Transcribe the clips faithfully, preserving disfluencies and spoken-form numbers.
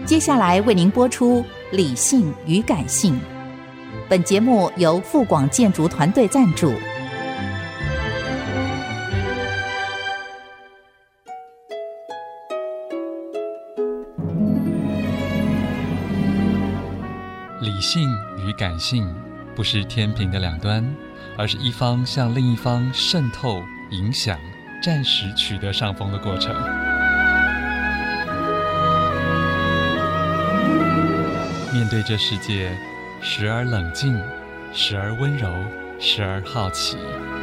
接下来为您播出理性与感性。本节目由富广建筑团队赞助。 理性与感性不是天平的两端，而是一方向另一方渗透、影响，暂时取得上风的过程。面对这世界，时而冷静，时而温柔，时而好奇。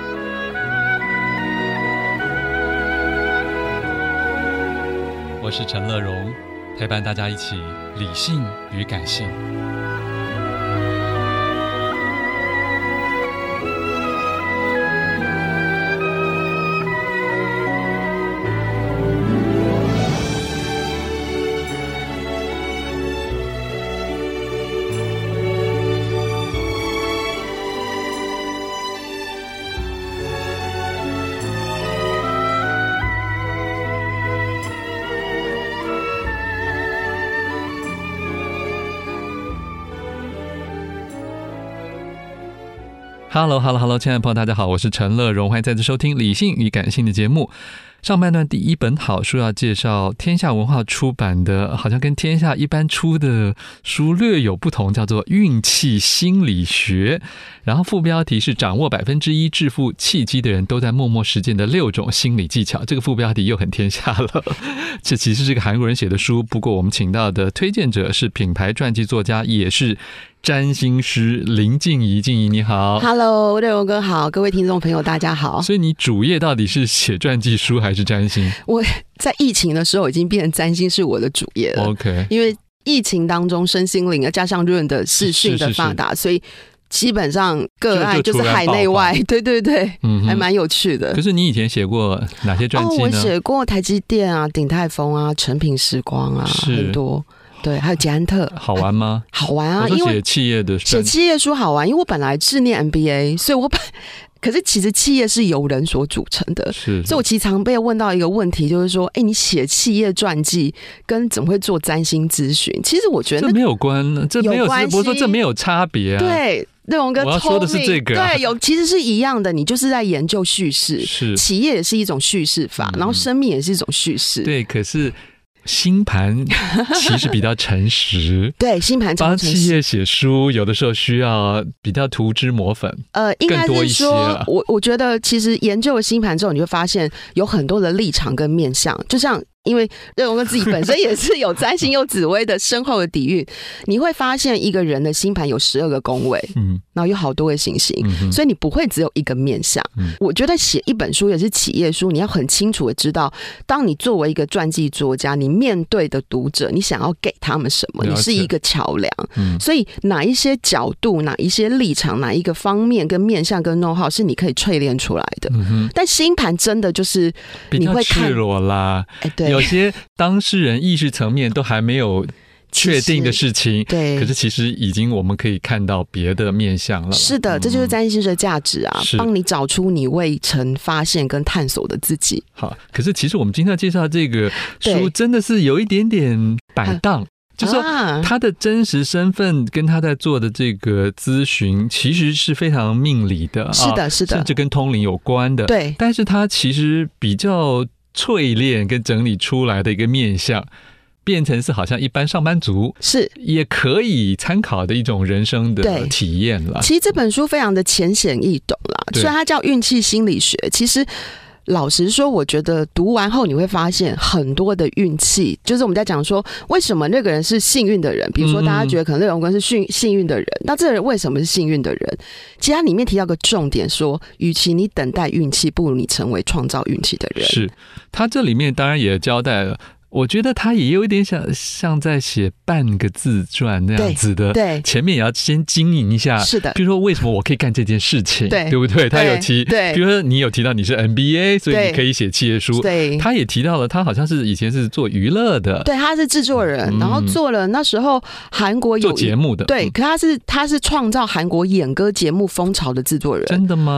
我是陈乐融，陪伴大家一起理性与感性。Hello Hello Hello， 亲爱的朋友，大家好，我是陈乐融，欢迎再次收听理性与感性的节目。上半段第一本好书要介绍天下文化出版的，好像跟天下一般出的书略有不同，叫做《运气心理学》，然后副标题是掌握百分之一致富契机的人都在默默实践的六种心理技巧。这个副标题又很天下了，这其实是个韩国人写的书，不过我们请到的推荐者是品牌传记作家，也是占星师林静怡。静怡你好。 Hello， 乐融哥好，各位听众朋友大家好。 所以你主业到底是写传记书还是占星？ 我在疫情的时候已经变成占星是我的主业了。 OK， 因为疫情当中身心灵加上润的视讯的发达，是是是，所以基本上个案就是海内外，对对对、嗯、还蛮有趣的。 可是你以前写过哪些传记呢？ 哦、我写过台积电啊、鼎泰丰啊、成品时光啊，很多。对，还有捷安特。好玩吗？好玩啊， 因为写企业的写企业书好玩，因为我本来是念 M B A， 所以我本可是其实企业是由人所组成的，是，所以我其实常被问到一个问题，就是说，哎，你写企业传记跟怎么会做占星咨询？其实我觉得、那個、 这没有关，这没有关系，不是说这没有差别啊。 对。乐融哥， 我要说的是这个、啊， 对，有其实是一样的，你就是在研究叙事，是企业也是一种叙事法、嗯，然后生命也是一种叙事， 对，可是。星盘其实比较诚实， 对，星盘帮企业写书，有的时候需要比较涂脂抹粉， 呃，应该是说，我我觉得其实研究了星盘之后，你会发现有很多的立场跟面向，就像。因为乐融哥自己本身也是有占星又紫微的深厚的底蕴，你会发现一个人的星盘有十二个宫位，嗯，然后有好多个行星、嗯，所以你不会只有一个面向、嗯。我觉得写一本书也是企业书，你要很清楚的知道，当你作为一个传记作家，你面对的读者，你想要给他们什么？你是一个桥梁、嗯，所以哪一些角度、哪一些立场、哪一个方面跟面向跟 know how 是你可以淬炼出来的。嗯、但星盘真的就是你会看比较赤裸啦，哎，对。有些当事人意识层面都还没有确定的事情，对，可是其实已经我们可以看到别的面向了。 是的，这就是占星师的价值啊，帮你找出你未曾发现跟探索的自己。 好，可是其实我们今天要介绍这个书真的是有一点点摆荡。就是说他的真实身份跟他在做的这个咨询其实是非常命理的， 是的是的， 甚至跟通灵有关的，对，但是他其实比较淬炼跟整理出来的一个面向，变成是好像一般上班族是也可以参考的一种人生的体验了。 其实这本书非常的浅显易懂啦，虽然它叫运气心理学，其实老实说，我觉得读完后你会发现很多的运气，就是我们在讲说为什么那个人是幸运的人，比如说大家觉得可能乐融哥是幸幸运的人，那这个人为什么是幸运的人？其实它里面提到个重点说，与其你等待运气，不如你成为创造运气的人。 是，他这里面当然也交代了，我觉得他也有一点像像在写半个自传那样子的，对，前面也要先经营一下，是的，比如说为什么我可以干这件事情，对，对不对？他有提，对，比如说你有提到你是 M B A， 所以你可以写企业书，对，他也提到了他好像是以前是做娱乐的， 对，他是制作人，嗯、然后做了那时候韩国有做节目的， 对，可他是他是创造韩国演歌节目风潮的制作人， 真的吗？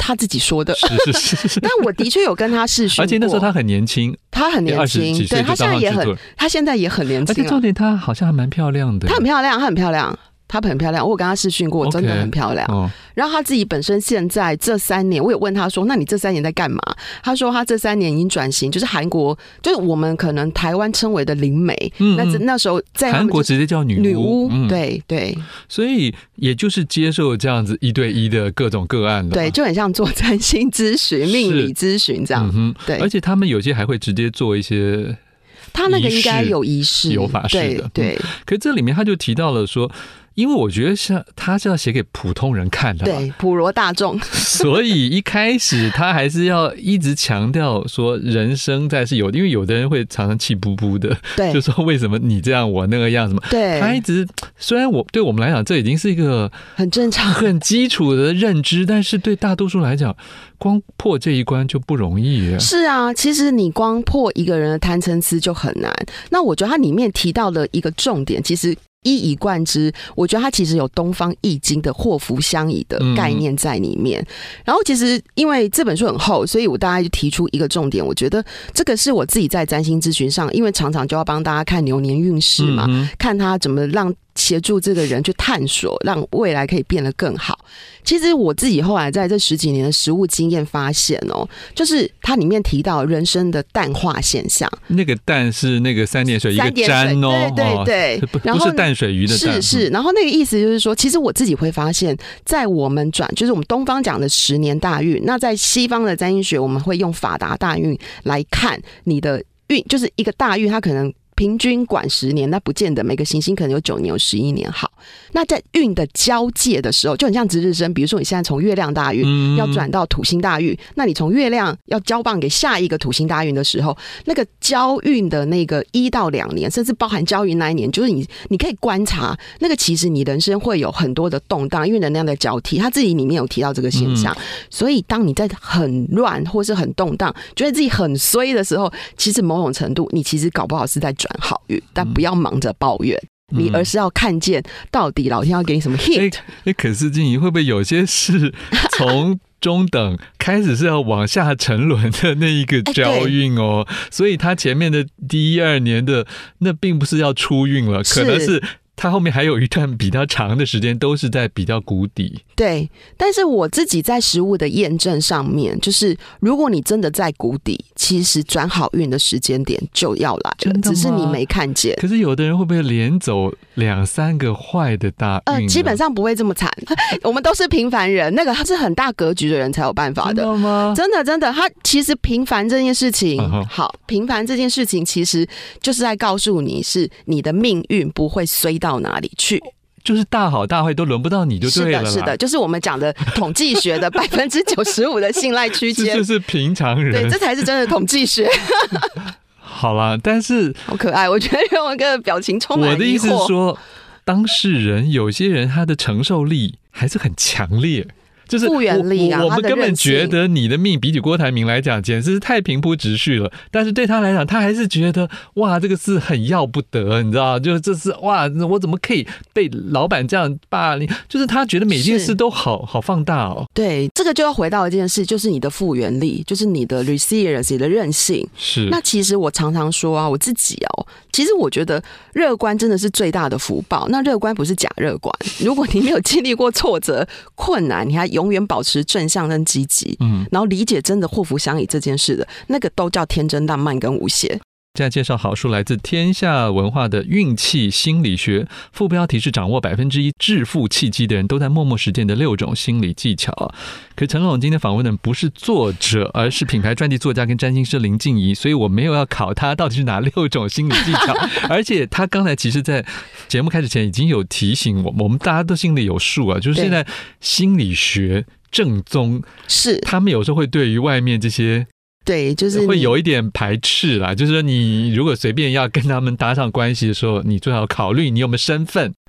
他自己说的， 是是是是。 但我的确有跟他视讯过， 而且那时候他很年轻， 他很年轻，对，他现在也很，他现在也很年轻， 而且重点他好像还蛮漂亮的， 他很漂亮，他很漂亮。她很漂亮，我有跟她视讯过， okay, 真的很漂亮。哦、然后她自己本身现在这三年，我有问她说：“那你这三年在干嘛？”她说：“她这三年已经转型，就是韩国，就是我们可能台湾称为的灵媒。嗯”那那时候在韩国直接叫女巫， 女巫，嗯、对对。 所以也就是接受这样子一对一的各种个案了， 对，就很像做占星咨询、命理咨询这样。嗯哼，对。 而且他们有些还会直接做一些。 他那个应该有仪式， 有法式的， 对。对嗯、可是这里面他就提到了说，因为我觉得是他是要写给普通人看的， 对，普罗大众， 所以一开始他还是要一直强调说人生在是有，因为有的人会常常气不不的， 对， 就说为什么你这样我那个样什么， 对， 他一直虽然我对我们来讲这已经是一个很正常、 很基础的认知，但是对大多数来讲，光破这一关就不容易。 是啊，其实你光破一个人的贪嗔痴就很难。那我觉得它里面提到的一个重点，其实一以贯之，我觉得它其实有东方易经的祸福相倚的概念在里面。嗯、然后其实因为这本书很厚，所以我大概就提出一个重点，我觉得这个是我自己在占星咨询上，因为常常就要帮大家看牛年运势嘛，嗯、看他怎么让协助这个人去探索，让未来可以变得更好。其实我自己后来在这十几年的实务经验发现哦，就是它里面提到人生的淡化现象。那个淡是那个三点水一个沾哦， 对对对， 哦、不, 不是淡水鱼的淡。 是是，然后那个意思就是说，其实我自己会发现，在我们转，就是我们东方讲的十年大运，那在西方的占星学，我们会用法达大运来看你的运，就是一个大运，它可能平均管十年，那不见得每个行星可能有九年有十一年好。那在运的交界的时候，就很像值日生，比如说你现在从月亮大运、嗯、要转到土星大运，那你从月亮要交棒给下一个土星大运的时候，那个交运的那个一到两年，甚至包含交运那一年，就是你你可以观察那个，其实你人生会有很多的动荡，因为能量的交替，他自己里面有提到这个现象。嗯、所以当你在很乱或是很动荡，觉得自己很衰的时候，其实某种程度你其实搞不好是在转好运，但不要忙着抱怨。你而是要看见到底老天要给你什么 hint。 哎，可是静怡会不会有些事从中等开始是要往下沉沦的那一个交运哦？欸、所以他前面的第一二年的那并不是要出运了，可能是他后面还有一段比较长的时间都是在比较谷底。 对，但是我自己在实务的验证上面，就是如果你真的在谷底，其实转好运的时间点就要来了，只是你没看见。 可是有的人会不会连走两三个坏的大运？ 呃，基本上不会这么惨，我们都是平凡人，那个他是很大格局的人才有办法的。 真的吗？ 真的真的，他其实平凡这件事情，uh-huh. 好，平凡这件事情其实就是在告诉你是你的命运不会衰到哪里去。 就是大好大坏都轮不到你就对了。 是的，是的，就是我们讲的统计学的百分之九十五的信赖区间， 这就是平常人。 对，这才是真的统计学。 好啦，但是好可爱，我觉得让我个表情充满疑惑。 我的意思是说，当事人有些人他的承受力还是很强烈。就是复原力啊， 我, 我们根本觉得你的命比起郭台铭来讲简直是太平铺直叙了，但是对他来讲他还是觉得哇这个是很要不得，你知道，就是这是哇我怎么可以被老板这样霸凌，就是他觉得每件事都好好放大哦。 对，这个就要回到一件事，就是你的复原力，就是你的 resilience 的韧性。 是， 那其实我常常说啊，我自己哦，其实我觉得乐观真的是最大的福报。那乐观不是假乐观，如果你没有经历过挫折困难，你还有永远保持正向跟积极，嗯，然后理解真的祸福相倚这件事的，那个都叫天真浪漫跟无邪。 现在介绍好书来自天下文化的运气心理学，副标题是掌握百分之一致富契机的人都在默默实践的六种心理技巧。可陈龙今天访问的不是作者，而是品牌专辑作家跟占星师林静怡，所以我没有要考他到底是哪六种心理技巧。而且他刚才其实在节目开始前已经有提醒我，我们大家都心里有数啊，就是现在心理学正宗是他们有时候会对于外面这些对，就是会有一点排斥啦，就是说你如果随便要跟他们搭上关系的时候，你最好考虑你有没有身份。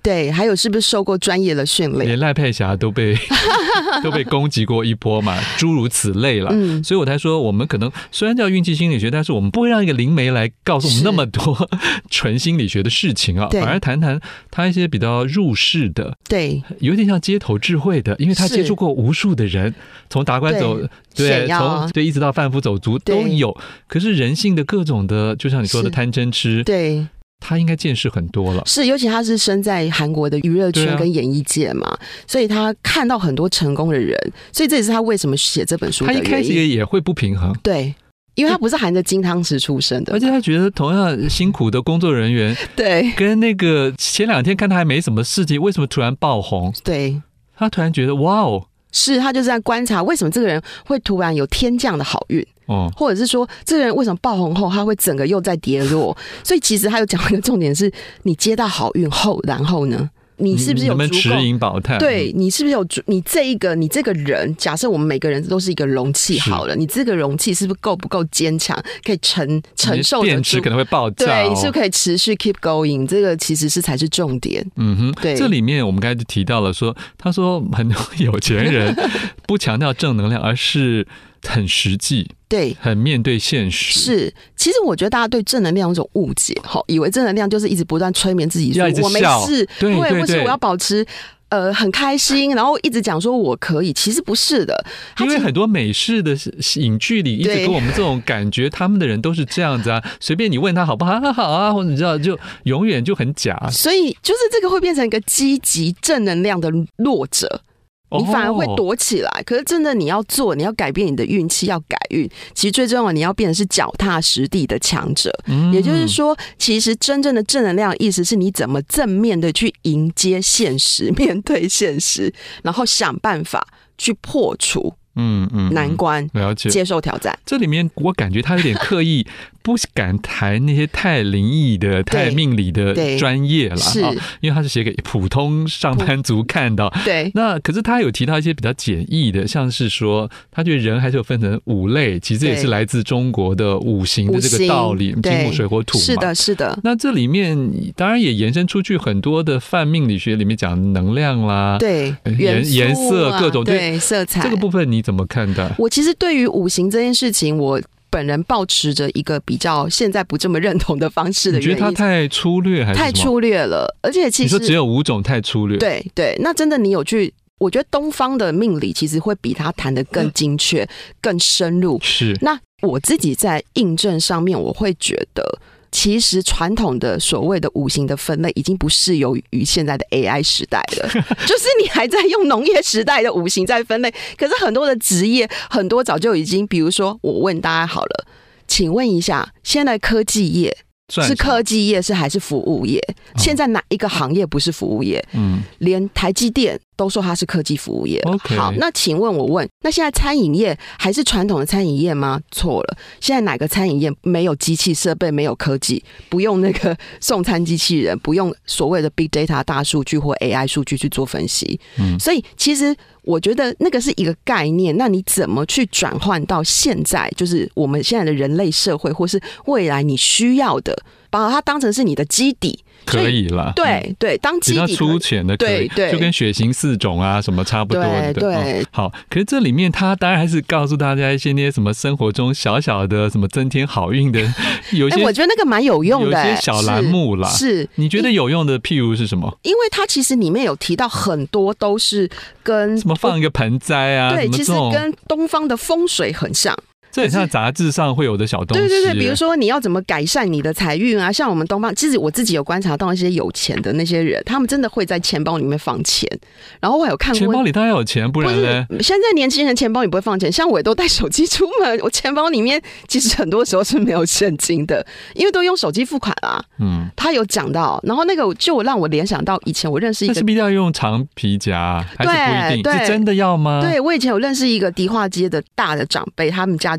对，还有是不是受过专业的训练？ 连赖佩霞都被都被攻击过一波嘛，诸如此类了。嗯，所以我才说，我们可能虽然叫运气心理学，但是我们不会让一个灵媒来告诉我们那么多纯心理学的事情啊，反而谈谈他一些比较入世的， 对， 有点像街头智慧的，因为他接触过无数的人，从达官走对，从对一直到贩夫走卒都有。可是人性的各种的，就像你说的贪嗔痴， 对。 他应该见识很多了， 是，尤其他是身在韩国的娱乐圈跟演艺界嘛，啊、所以他看到很多成功的人，所以这也是他为什么写这本书的原因。 他一开始也会不平衡， 对，因为他不是含着金汤匙出生的， 而且他觉得同样辛苦的工作人员， 对， 跟那个前两天看他还没什么事情，为什么突然爆红？ 对， 他突然觉得哇哦。 是他就是在观察为什么这个人会突然有天降的好运，哦，或者是说这个人为什么爆红后他会整个又在跌落，所以其实他有讲一个重点是，你接到好运后，然后呢？你是不是有足够持盈保泰？ 对，你是不是有你这一个你这个人？假设我们每个人都是一个容器好了，你这个容器是不是够不够坚强，可以承承受得住？ 电池可能会爆炸、哦， 对，你是不是可以持续 keep going？ 这个其实是才是重点。 嗯哼，对。这里面我们刚才就提到了说，他说很多有钱人不强调正能量，而是很实际。 对， 很面对现实。 是，其实我觉得大家对正能量有种误解，以为正能量就是一直不断催眠自己说我没事， 对对对， 或是我要保持呃很开心，然后一直讲说我可以，其实不是的。 因为很多美式的影剧里一直给我们这种感觉，他们的人都是这样子啊，随便你问他好不好，他好啊，或者你知道就永远就很假。 所以就是这个会变成一个积极正能量的弱者。你反而会躲起来， oh. 可是真的你要做，你要改变你的运气，要改运。其实最重要的，你要变成是脚踏实地的强者。嗯、也就是说，其实真正的正能量的意思是你怎么正面的去迎接现实，面对现实，然后想办法去破除。嗯嗯，难关， 了解， 接受挑战。 这里面我感觉他有点刻意不敢谈那些太灵异的、太命理的专业了，是、哦，因为他是写给普通上班族看到。 对， 那可是他有提到一些比较简易的，像是说，他觉得人还是有分成五类，其实也是来自中国的五行的这个道理，金木水火土嘛。 是的，是的。 那这里面当然也延伸出去很多的泛命理学里面讲能量啦， 对， 颜颜色各种对色彩这个部分你怎么看待？ 我其实对于五行这件事情，我本人抱持着一个比较现在不这么认同的方式的原因。 你觉得它太粗略还是什么？ 太粗略了，而且其实你说只有五种太粗略。 对对，那真的你有去？我觉得东方的命理其实会比它谈得更精确、嗯、更深入。 是。那我自己在印证上面，我会觉得。其实传统的所谓的五行的分类已经不适用于现在的 A I 时代了，就是你还在用农业时代的五行在分类，可是很多的职业很多早就已经，比如说我问大家好了，请问一下，现在科技业是科技业是还是服务业？现在哪一个行业不是服务业？嗯，连台积电都说它是科技服务业。 Okay. 好，那请问我问，那现在餐饮业还是传统的餐饮业吗？错了，现在哪个餐饮业没有机器设备，没有科技，不用那个送餐机器人，不用所谓的 Big Data 大数据或 A I 数据去做分析？嗯，所以其实我觉得那个是一个概念，那你怎么去转换到现在，就是我们现在的人类社会，或是未来你需要的，把它当成是你的基底。 可以啦， 对对，当基底比较粗浅的可以， 对对， 就跟血型四种啊什么差不多的。 对对、 哦，好，可是这里面他当然还是告诉大家一些那些什么生活中小小的什么增添好运的，有些、 欸、我觉得那个蛮有用的、欸， 有些小栏目啦。 是，是你觉得有用的譬如是什么？ 因为它其实里面有提到很多都是跟什么放一个盆栽啊， 对，其实跟东方的风水很像。 这很像杂志上会有的小东西。 对对对，比如说你要怎么改善你的财运啊？像我们东方，其实我自己有观察到一些有钱的那些人，他们真的会在钱包里面放钱。然后我有看过， 钱包里当然有钱，不然呢？ 现在年轻人钱包里不会放钱，像我也都带手机出门，我钱包里面其实很多时候是没有现金的，因为都用手机付款啊。嗯，他有讲到，然后那个就让我联想到以前我认识一个， 那是必须要用长皮夹，还是不一定？是真的要吗？ 对，我以前有认识一个迪化街的大的长辈，他们家就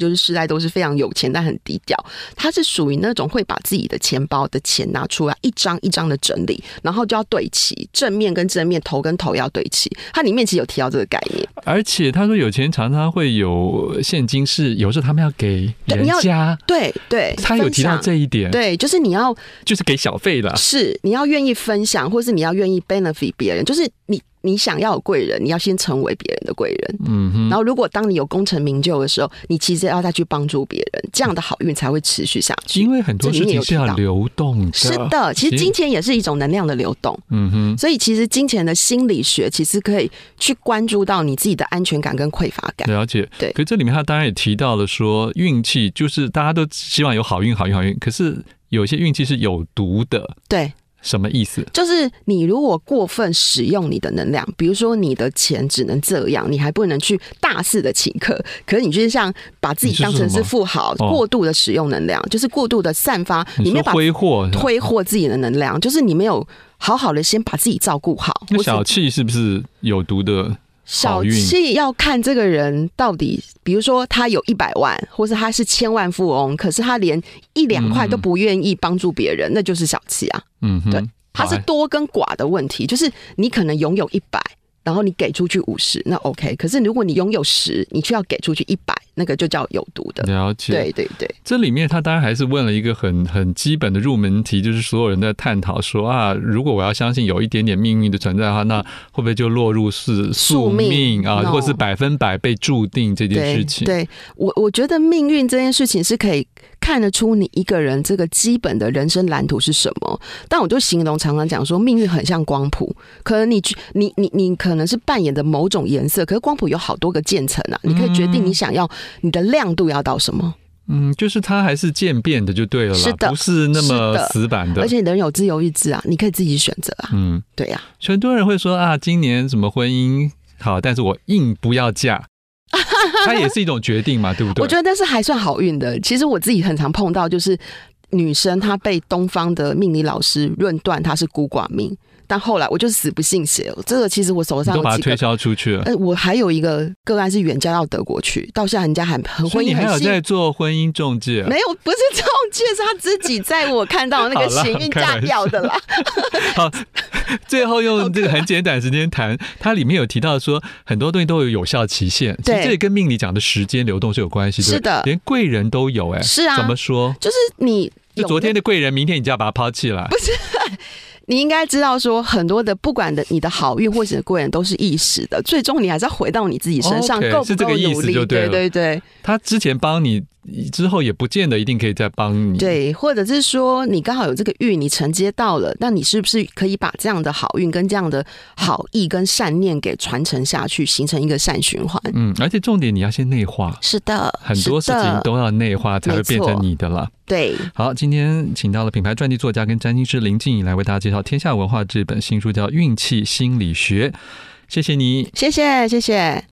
就是世代都是非常有钱但很低调，他是属于那种会把自己的钱包的钱拿出来一张一张的整理，然后就要对齐，正面跟正面，头跟头要对齐，它里面其实有提到这个概念。 而且他说有钱人常常会有现金，是有时候他们要给人家， 对对， 他有提到这一点， 对，就是你要就是给小费啦， 是你要愿意分享，或是你要愿意 benefit 别人，就是你你想要有贵人，你要先成为别人的贵人。嗯哼。然后，如果当你有功成名就的时候，你其实要再去帮助别人，这样的好运才会持续下去。 因为很多事情是要流动的。 是的，其实金钱也是一种能量的流动。嗯哼。所以，其实金钱的心理学其实可以去关注到你自己的安全感跟匮乏感。 了解。 对。 可是这里面他当然也提到了说，运气就是大家都希望有好运、好运、好运，可是有些运气是有毒的。 对。 什么意思？ 就是你如果过分使用你的能量，比如说你的钱只能这样，你还不能去大肆的请客，可是你就是像把自己当成是富豪，过度的使用能量，就是过度的散发，你没有把挥霍挥霍自己的能量，就是你没有好好的先把自己照顾好。 那小气是不是有毒的？ 小气要看这个人到底，比如说他有一百万，或是他是千万富翁，可是他连一两块都不愿意帮助别人，嗯、那就是小气啊。嗯哼，对，他是多跟寡的问题，就是你可能拥有一百，然后你给出去五十，那 OK。可是如果你拥有十，你却要给出去一百，那个就叫有毒的。 了解， 对对对。 这里面他当然还是问了一个很很基本的入门题，就是所有人在探讨说啊，如果我要相信有一点点命运的存在的话，那会不会就落入是宿命啊， no. 或是百分百被注定这件事情？ 对，对我我觉得命运这件事情是可以看得出你一个人这个基本的人生蓝图是什么。但我就形容常常讲说，命运很像光谱，可能你你你你可能是扮演的某种颜色，可是光谱有好多个渐层啊，你可以决定你想要你的亮度要到什么。 嗯，就是它还是渐变的就对了啦， 是的， 不是那么死板的。 而且人有自由意志啊，你可以自己选择啊。嗯，对呀、啊。 很多人会说啊，今年什么婚姻好，但是我硬不要嫁。它也是一种决定嘛，对不对？ 我觉得那是还算好运的。其实我自己很常碰到，就是女生她被东方的命理老师论断她是孤寡命，但后来我就死不信邪。这个其实我手上有几个你都把它推销出去了。 呃，我还有一个个案是远嫁到德国去，到现在人家还很婚姻很所以你还有在做婚姻中介、啊？ 没有，不是中介，是他自己在我看到那个行运嫁掉的啦。 好，最后用这个很简短的时间谈，它里面有提到说很多东西都有有效期限，其实这也跟命理讲的时间流动是有关系的。 是的， 连贵人都有哎、欸。 是啊， 怎么说？ 就是你就昨天的贵人，明天你就要把它抛弃了。 不是。你应该知道说很多的不管的你的好运或者贵人都是一时的，最终你还是要回到你自己身上， okay, 够不够努力？ 是这个意思就对了。 对对对， 他之前帮你之后也不见得一定可以再帮你。 对，或者是说你刚好有这个运，你承接到了，那你是不是可以把这样的好运跟这样的好意跟善念给传承下去，形成一个善循环？ 嗯，而且重点你要先内化。 是的， 很多事情都要内化才会变成你的了。 对， 好，今天请到了品牌传记作家跟占星师林静怡来为大家介绍天下文化这本新书，叫《运气心理学》。谢谢你， 谢谢，谢谢。